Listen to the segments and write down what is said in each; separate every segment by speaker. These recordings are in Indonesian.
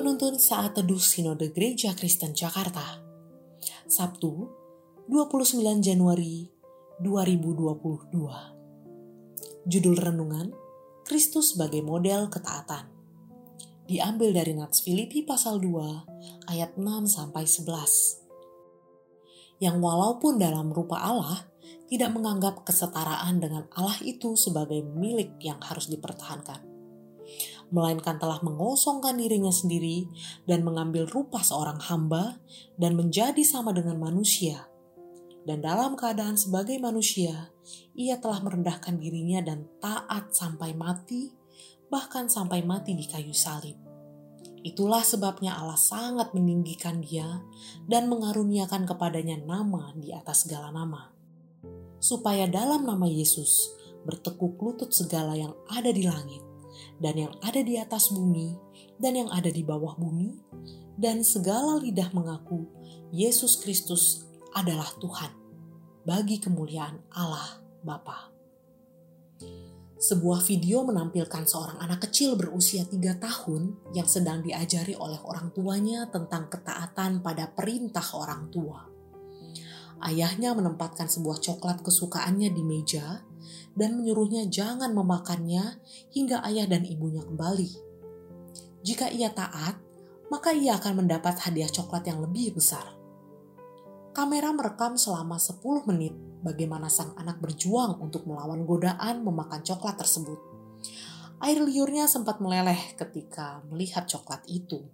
Speaker 1: Penuntun Saat Teduh Sinode Gereja Kristen Jakarta, Sabtu 29 Januari 2022. Judul Renungan, Kristus sebagai Model Ketaatan. Diambil dari Nats Filipi pasal 2 ayat 6-11. Yang walaupun dalam rupa Allah, tidak menganggap kesetaraan dengan Allah itu sebagai milik yang harus dipertahankan, melainkan telah mengosongkan dirinya sendiri dan mengambil rupa seorang hamba dan menjadi sama dengan manusia. Dan dalam keadaan sebagai manusia, ia telah merendahkan dirinya dan taat sampai mati, bahkan sampai mati di kayu salib. Itulah sebabnya Allah sangat meninggikan dia dan mengaruniakan kepadanya nama di atas segala nama, supaya dalam nama Yesus bertekuk lutut segala yang ada di langit, dan yang ada di atas bumi, dan yang ada di bawah bumi, dan segala lidah mengaku Yesus Kristus adalah Tuhan, bagi kemuliaan Allah Bapa. Sebuah video menampilkan seorang anak kecil berusia 3 tahun yang sedang diajari oleh orang tuanya tentang ketaatan pada perintah orang tua. Ayahnya menempatkan sebuah coklat kesukaannya di meja dan menyuruhnya jangan memakannya hingga ayah dan ibunya kembali. Jika ia taat, maka ia akan mendapat hadiah coklat yang lebih besar. Kamera merekam selama 10 menit bagaimana sang anak berjuang untuk melawan godaan memakan coklat tersebut. Air liurnya sempat meleleh ketika melihat coklat itu.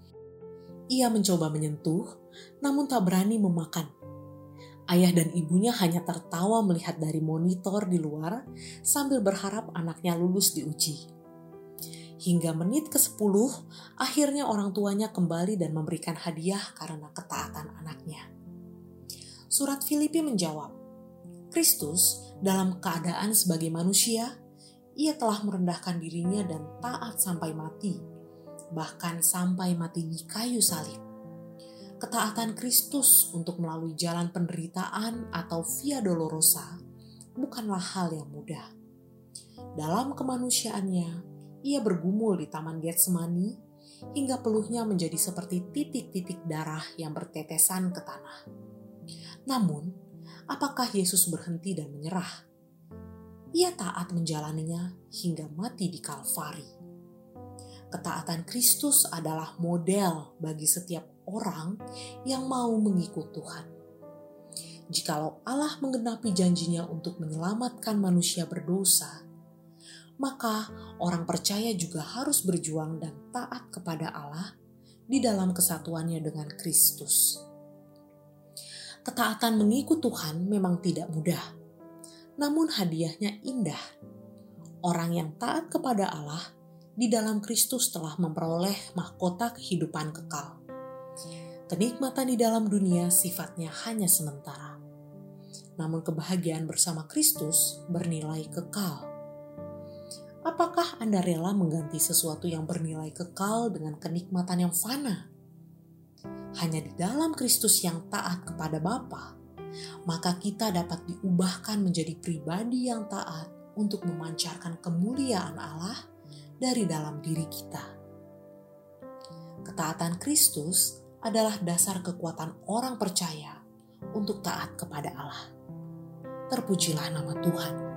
Speaker 1: Ia mencoba menyentuh, namun tak berani memakan. Ayah dan ibunya hanya tertawa melihat dari monitor di luar sambil berharap anaknya lulus di uji. Hingga menit ke-10, akhirnya orang tuanya kembali dan memberikan hadiah karena ketaatan anaknya. Surat Filipi menjawab, Kristus dalam keadaan sebagai manusia, ia telah merendahkan dirinya dan taat sampai mati, bahkan sampai mati di kayu salib. Ketaatan Kristus untuk melalui jalan penderitaan atau via dolorosa bukanlah hal yang mudah. Dalam kemanusiaannya, ia bergumul di Taman Getsemani hingga peluhnya menjadi seperti titik-titik darah yang bertetesan ke tanah. Namun, apakah Yesus berhenti dan menyerah? Ia taat menjalaninya hingga mati di Kalvari. Ketaatan Kristus adalah model bagi setiap orang yang mau mengikut Tuhan. Jikalau Allah menggenapi janjinya untuk menyelamatkan manusia berdosa, maka orang percaya juga harus berjuang dan taat kepada Allah di dalam kesatuannya dengan Kristus. Ketaatan mengikut Tuhan memang tidak mudah, namun hadiahnya indah. Orang yang taat kepada Allah di dalam Kristus telah memperoleh mahkota kehidupan kekal. Kenikmatan di dalam dunia sifatnya hanya sementara. Namun kebahagiaan bersama Kristus bernilai kekal. Apakah Anda rela mengganti sesuatu yang bernilai kekal dengan kenikmatan yang fana? Hanya di dalam Kristus yang taat kepada Bapa, maka kita dapat diubahkan menjadi pribadi yang taat untuk memancarkan kemuliaan Allah dari dalam diri kita. Ketaatan Kristus adalah dasar kekuatan orang percaya untuk taat kepada Allah. Terpujilah nama Tuhan.